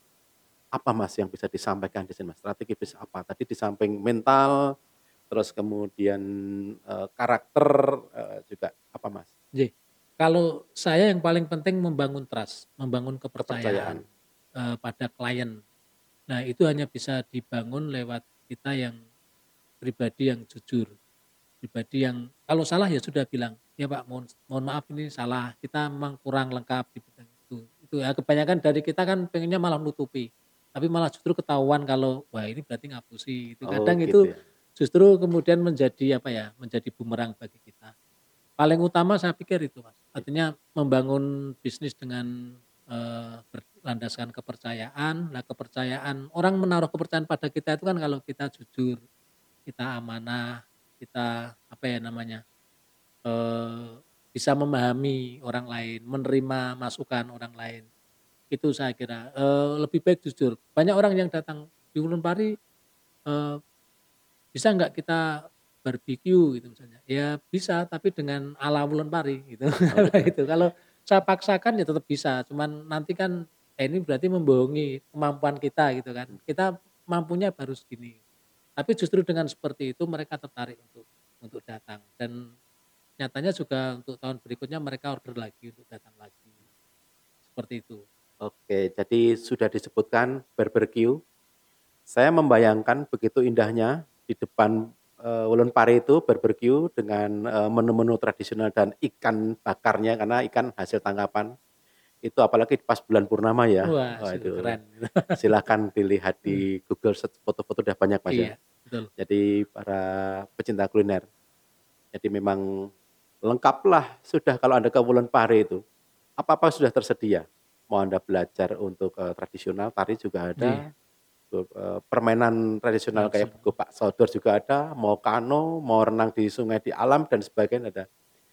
apa Mas yang bisa disampaikan di sini Mas? Strategi bisnis apa? Tadi di samping mental, terus kemudian, eee, karakter, eee, juga apa Mas? Nggih. Kalau saya yang paling penting membangun trust, membangun kepercayaan, Kepercayaan. eee, pada klien. Nah, itu hanya bisa dibangun lewat kita yang pribadi yang jujur, pribadi yang kalau salah ya sudah bilang, "Ya Pak, mohon mohon maaf ini salah, kita memang kurang lengkap di bidang itu." Itu ya, kebanyakan dari kita kan pengennya malah nutupi, tapi malah justru ketahuan kalau, wah ini berarti ngapusi itu. Oh Kadang gitu itu ya. justru kemudian menjadi apa ya, menjadi bumerang bagi kita. Paling utama saya pikir itu Mas, Iya. artinya membangun bisnis dengan, eee, berlandaskan kepercayaan. Nah kepercayaan orang menaruh kepercayaan pada kita itu kan kalau kita jujur, kita amanah, kita apa ya namanya, eee, bisa memahami orang lain, menerima masukan orang lain. Itu saya kira, eee, lebih baik jujur. Banyak orang yang datang di Ulunpari, eee, "Bisa nggak kita barbeque?" Gitu misalnya. Ya bisa, tapi dengan ala Ulunpari gitu. Kalau Oke. itu, kalau saya paksakan ya tetap bisa, cuman nanti kan, eh ini berarti membohongi kemampuan kita gitu kan. Mmm. Kita mampunya baru segini. Tapi justru dengan seperti itu mereka tertarik untuk untuk datang dan nyatanya juga untuk tahun berikutnya mereka order lagi untuk datang lagi. Seperti itu. Oke, jadi sudah disebutkan barbeque. Saya membayangkan begitu indahnya di depan, eee, Ulunpari itu barbeque dengan, eee, menu-menu tradisional dan ikan bakarnya karena ikan hasil tangkapan. Itu apalagi pas bulan purnama ya. Wah, Wah su itu keren. silakan dilihat di Google search foto-foto udah banyak Mas ya. Iya, betul. Jadi para pecinta kuliner. Jadi memang lengkaplah sudah kalau Anda ke Ulunpari itu. Apa-apa sudah tersedia. Mau Anda belajar untuk, eee, tradisional, tari juga Nggih. ada, untuk, eee, permainan tradisional kayak Tradisional. gopak sodor juga ada, mau kano, mau renang di sungai di alam dan sebagainya ada.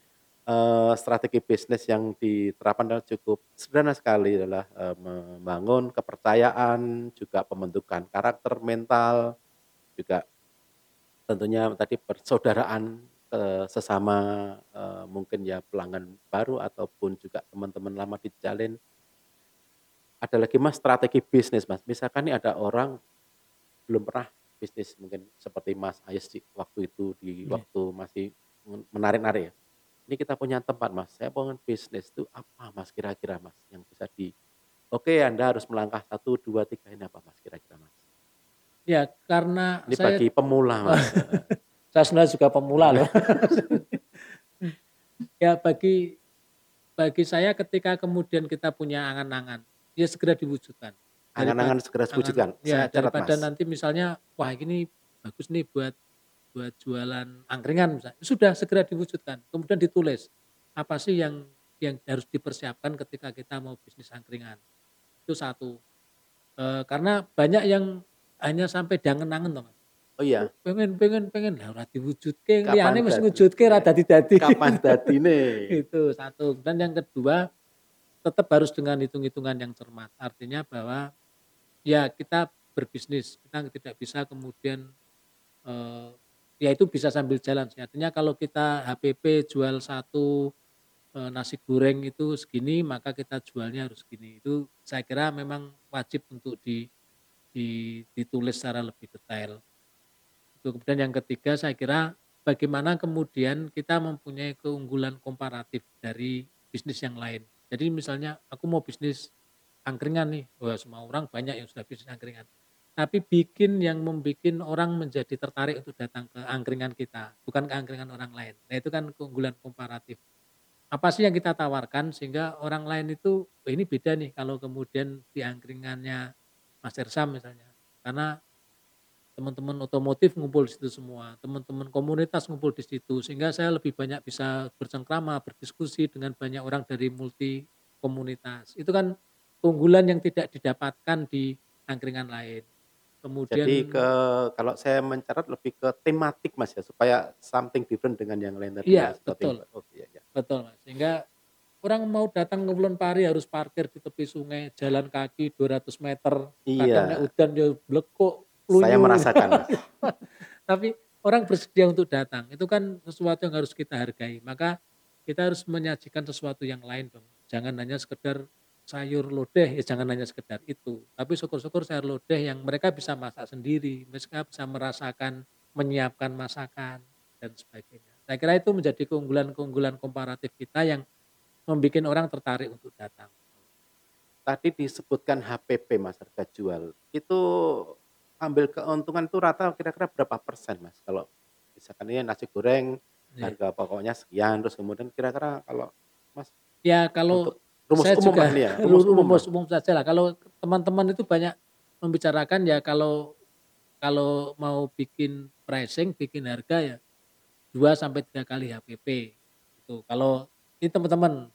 Eee, strategi bisnis yang diterapkan adalah cukup sederhana sekali adalah, eee, membangun kepercayaan, juga pembentukan karakter, mental, juga tentunya tadi persaudaraan, eee, sesama, eee, mungkin ya pelanggan baru ataupun juga teman-teman lama dijalin. Ada lagi Mas strategi bisnis Mas, misalkan nih ada orang belum pernah bisnis mungkin seperti Mas Ayas di waktu itu, di Iya. waktu masih men menari-nari ya. Ini kita punya tempat Mas, saya pengen bisnis tuh apa Mas kira-kira Mas yang bisa di oke Anda harus melangkah satu, dua, tiga ini apa Mas kira-kira Mas? Ya karena Ini saya bagi pemula Mas, heeh. saya sebenarnya juga pemula loh. Ya bagi bagi saya ketika kemudian kita punya angan-angan, ya segera diwujudkan. Daripad Angan-angan segera angan diwujudkan, ya saya catat daripada Mas. nanti misalnya, wah ini bagus nih buat buat jualan angkringan misalnya, sudah segera diwujudkan, kemudian ditulis, apa sih yang yang harus dipersiapkan ketika kita mau bisnis angkringan. Itu satu, eee, karena banyak yang hanya sampai dangen-angen toh Mas. Oh Oh iya? pengen pengen pengen, lah ora diwujudke, liyane Kapan wis dadi ngewujudke ra iya, dadi-dadi. kapan dadine? Itu satu, dan yang kedua, tetap harus dengan hitung-hitungan yang cermat. Artinya bahwa, ya kita berbisnis, kita tidak bisa kemudian, eee, ya itu bisa sambil jalan sih, artinya kalau kita H P P jual satu, eee, nasi goreng itu segini, maka kita jualnya harus segini. Itu saya kira memang wajib untuk di di ditulis secara lebih detail. Itu kemudian yang ketiga saya kira, bagaimana kemudian kita mempunyai keunggulan komparatif dari bisnis yang lain. Jadi misalnya aku mau bisnis angkringan nih, wah semua orang banyak yang sudah bisnis angkringan. Tapi bikin yang membikin orang menjadi tertarik untuk datang ke angkringan kita, bukan ke angkringan orang lain. Nah itu kan keunggulan komparatif. Apa sih yang kita tawarkan sehingga orang lain itu, "Oh ini beda nih kalau kemudian di angkringannya Mas Ersam," misalnya. Karena teman-teman otomotif ngumpul di situ semua, teman-teman komunitas ngumpul di situ, sehingga saya lebih banyak bisa bercengkrama, berdiskusi dengan banyak orang dari multi komunitas. Itu kan keunggulan yang tidak didapatkan di angkringan lain. Kemudian Jadi ke kalau saya mencatat lebih ke tematik Mas ya, supaya something different dengan yang lain tadi ya, iya seperti betul, oh iya iya. betul Mas, sehingga orang mau datang ke Ulunpari harus parkir di tepi sungai, jalan kaki dua ratus meter, kadang nek Iya. udan ya blekuk. Saya lunyu gitu. merasakan, Mas. Tapi orang bersedia untuk datang, itu kan sesuatu yang harus kita hargai. Maka kita harus menyajikan sesuatu yang lain dong. Jangan hanya sekedar sayur lodeh, ya jangan hanya sekedar itu. Tapi syukur-syukur sayur lodeh yang mereka bisa masak sendiri, mereka bisa merasakan menyiapkan masakan dan sebagainya. Saya kira itu menjadi keunggulan-keunggulan komparatif kita yang membuat orang tertarik untuk datang. Tadi disebutkan H P P Mas, harga jual. Itu ambil keuntungan itu rata kira-kira berapa persen Mas? Kalau misalkan ini nasi goreng Iya. harga pokoknya sekian, terus kemudian kira-kira kalau Mas Ya kalau untuk rumus saya umum lah juga ini ya, rumus ru umum lah. rumus umum saja lah. Kalau teman-teman itu banyak membicarakan ya kalau kalau mau bikin pricing, bikin harga ya dua sampai tiga kali H P P gitu. Kalau ini teman-teman,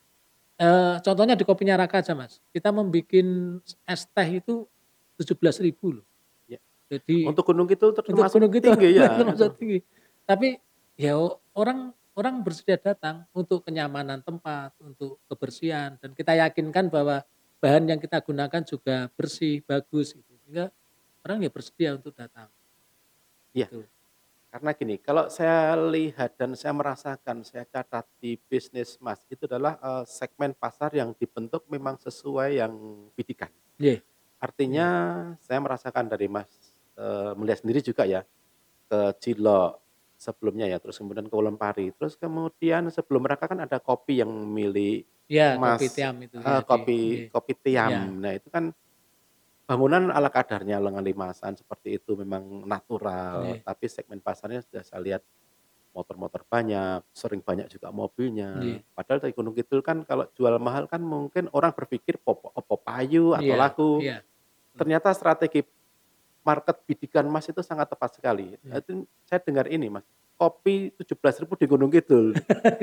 eee, contohnya di Kopinya Raka aja Mas, kita membikin es teh itu tujuh belas ribu loh. Ya. Jadi Untuk Gunung Kidul untuk termasuk gunung gitu tinggi ya itu. termasuk tinggi. Tapi ya o orang orang bersedia datang untuk kenyamanan tempat, untuk kebersihan dan kita yakinkan bahwa bahan yang kita gunakan juga bersih, bagus gitu. Sehingga orang ya bersedia untuk datang, Iya, gitu. karena gini, kalau saya lihat dan saya merasakan, saya catat di bisnis Mas, itu adalah, eee, segmen pasar yang dibentuk memang sesuai yang bidikan. Nggih, Artinya nggih. saya merasakan dari Mas, eee, melihat sendiri juga ya, ke Cilok sebelumnya ya, terus kemudian ke Wonompari, terus kemudian sebelum mereka kan ada kopi yang milik Ya, Mas, kopitiam itu ya eee, di kopi nggih, kopi iya, Tiam. Nah itu kan bangunan ala kadarnya lengan limasan seperti itu memang natural, nggih, tapi segmen pasarnya sudah saya lihat motor-motor banyak, sering banyak juga mobilnya. nggih, Padahal dari Gunung Kidul kan kalau jual mahal kan mungkin orang berpikir popo opo payu atau iya, laku, iya, mhm, ternyata strategi market bidikan Mas itu sangat tepat sekali. iya. Itu saya dengar ini Mas, kopi tujuh belas ribu di Gunung Kidul.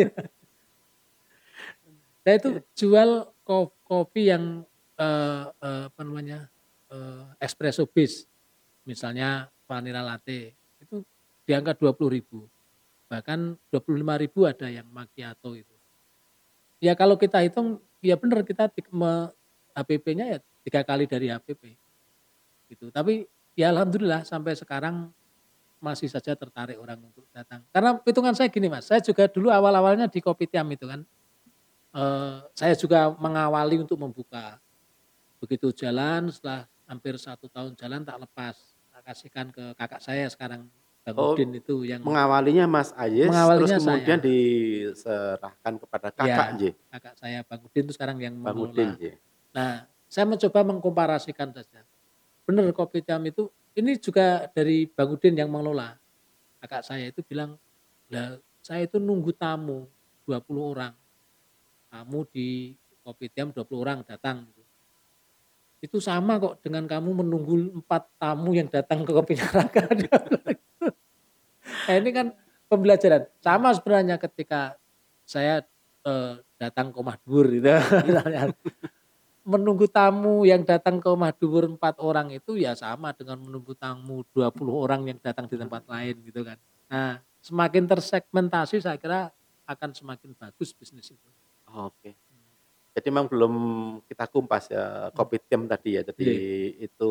Saya itu Ya, jual ko kopi yang, eee eee, apa namanya, eee, espresso base. Misalnya vanilla latte, itu di angka dua puluh ribu bahkan dua puluh lima ribu ada yang macchiato itu. Ya kalau kita hitung, ya bener kita tik me H P P-nya ya tiga kali dari H P P gitu. Tapi ya alhamdulillah sampai sekarang masih saja tertarik orang untuk datang. Karena hitungan saya gini Mas, saya juga dulu awal-awalnya di Kopitiam itu kan, eee, saya juga mengawali untuk membuka. Begitu jalan setelah hampir satu tahun jalan tak lepas, tak kasihkan ke kakak saya sekarang, Bang Udin oh, itu yang mengawalinya Mas Ayes, terus mengawalinya kemudian saya. diserahkan kepada Kakak Ya, nggih, kakak saya Bang Udin itu sekarang yang Bang Udin mengelola. nggih. Nah, saya mencoba mengkomparasikan saja. Benar Kopitiam itu ini juga dari Bang Udin yang mengelola. Kakak saya itu bilang, "Lah, saya itu nunggu tamu dua puluh orang, tamu di Kopitiam dua puluh orang datang gitu. Itu sama kok dengan kamu menunggu empat tamu yang datang ke Kopinya Raka." Dia bilang gitu. Nah ini kan pembelajaran, sama sebenarnya ketika saya, eee, datang ke Omah Dhuwur gitu misalnya. Menunggu tamu yang datang ke Omah Dhuwur empat orang itu ya sama dengan menunggu tamu dua puluh orang yang datang di tempat lain gitu kan. Nah, semakin tersegmentasi saya kira akan semakin bagus bisnis itu. Oke. Jadi memang belum kita kumpas ya, Mmm, Kopitiam tadi ya. Jadi nggih, itu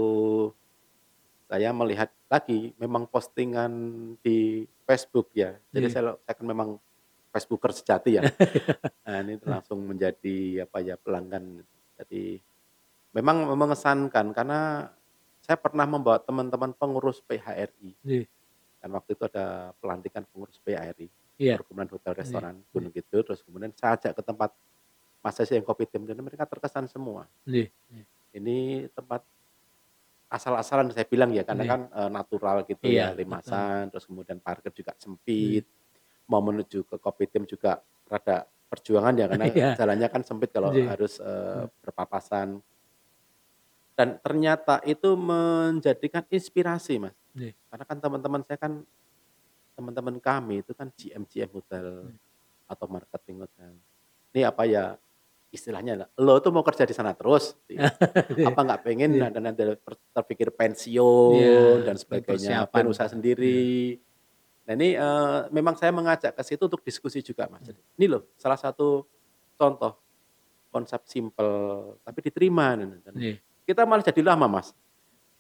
saya melihat lagi memang postingan di Facebook ya. Jadi nggih. saya saya kan memang Facebooker sejati ya. Nah, ini langsung menjadi apa ya, pelanggan. Jadi memang mengesankan karena saya pernah membawa teman-teman pengurus P H R I. Nggih, Dan waktu itu ada pelantikan pengurus P H R I, iya, Perhimpunan Hotel nggih, Restoran nggih, Gunung Kidul, terus kemudian saya ajak ke tempat Mas Ese yang Kopitiam dan mereka terkesan semua. nggih, nggih, Ini tempat asal-asalan saya bilang ya, karena nggih, kan, eee, natural gitu iya ya, betul, limasan, terus kemudian parkir juga nggih, sempit, mau menuju ke Kopitiam juga rada perjuangan ya, karena iya, jalannya kan sempit kalau nggih, harus, eee, mmm, berpapasan. Dan ternyata itu menjadikan inspirasi, Mas. nggih, Karena kan teman-teman saya kan teman-teman kami itu kan G M-G M hotel mmm, atau marketing hotel. Ini apa ya, istilahnya, "Lo tuh mau kerja di sana terus?" Gitu ya. nggih, Apa nggak pengen nggih, ada nanti per terpikir iya, pensiun dan pengen sebagainya, persiapan, pengen usaha iya, sendiri. Nah ini, eee, memang saya mengajak ke situ untuk diskusi juga, Mas. mmm, Jadi, "Ini loh salah satu contoh konsep simpel tapi diterima," dan nggih, kita malah jadi lama, Mas.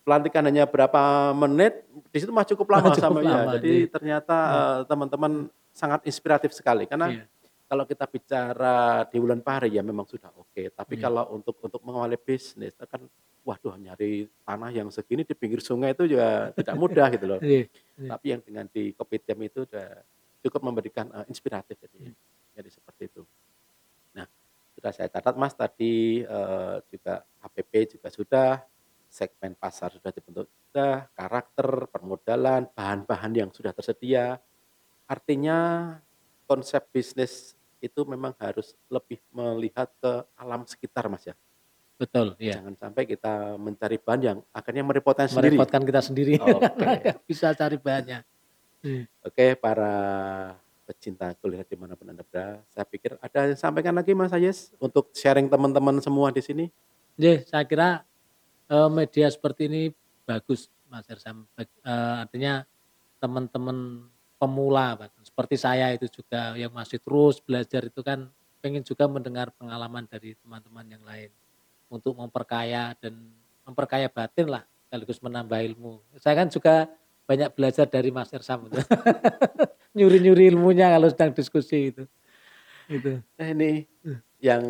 pelantikan hanya berapa menit, di situ mah cukup Oh, lama cukup sama ya. lama, iya. Jadi ternyata, Iya. eee, teman-teman sangat inspiratif sekali. Karena Iya. kalau kita bicara di Wulan Pari ya memang sudah oke, tapi Iya. kalau untuk untuk mengawali bisnis itu kan, waduh nyari tanah yang segini di pinggir sungai itu juga tidak mudah gitu loh. Iya iya. Tapi yang dengan di Kopitiam itu udah cukup memberikan, eee, inspiratif jadi Mmm. jadi seperti itu. Nah, sudah saya catat Mas tadi, eee, juga H P P juga sudah, segmen pasar sudah dibentuk sudah, karakter, permodalan, bahan-bahan yang sudah tersedia. Artinya konsep bisnis itu memang harus lebih melihat ke alam sekitar Mas ya. Betul, iya. Jangan sampai kita mencari bahan yang akhirnya merepotkan sendiri. Merepotkan kita sendiri karena Oke. nggak bisa cari bahannya. Iya. Oke, para pecinta kuliner di mana pun Anda berada, saya pikir ada yang sampaikan lagi Mas Ayes untuk sharing teman-teman semua di sini? Nggih, saya kira, eee, media seperti ini bagus Mas Ersam, bag eee, artinya teman-teman pemula bahkan seperti saya itu juga yang masih terus belajar itu kan pengen juga mendengar pengalaman dari teman-teman yang lain, untuk memperkaya dan memperkaya batin lah, sekaligus menambah ilmu. Saya kan juga banyak belajar dari Mas Ersam itu. Nyuri-nyuri ilmunya kalau sedang diskusi itu. Itu. Nah ini, Eh. yang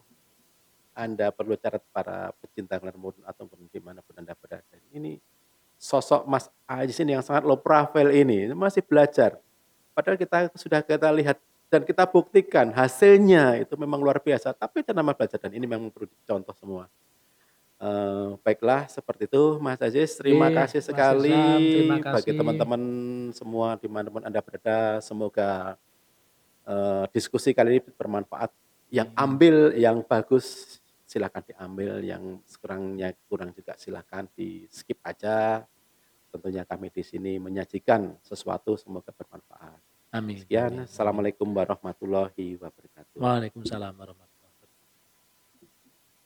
Anda perlu catat para pecinta kuliner maupun ataupun di mana pun Anda berada. Ini sosok Mas Ayes ini yang sangat low profile ini, masih belajar. Padahal kita sudah kita lihat dan kita buktikan hasilnya itu memang luar biasa, tapi itu namanya belajar dan ini memang perlu dicontoh semua. Eee, baiklah seperti itu Mas Ayes, terima Nggih, kasih Mas Ersam, terima sekali bagi kasih. teman-teman semua di mana pun Anda berada, semoga, eee, diskusi kali ini bermanfaat. Yang Amin. ambil yang bagus silakan diambil, yang kurangnya kurang juga silakan di-skip aja. Tentunya kami di sini menyajikan sesuatu semoga bermanfaat. Amin Sekian, amin amin. assalamualaikum warahmatullahi wabarakatuh. Waalaikumsalam warahmat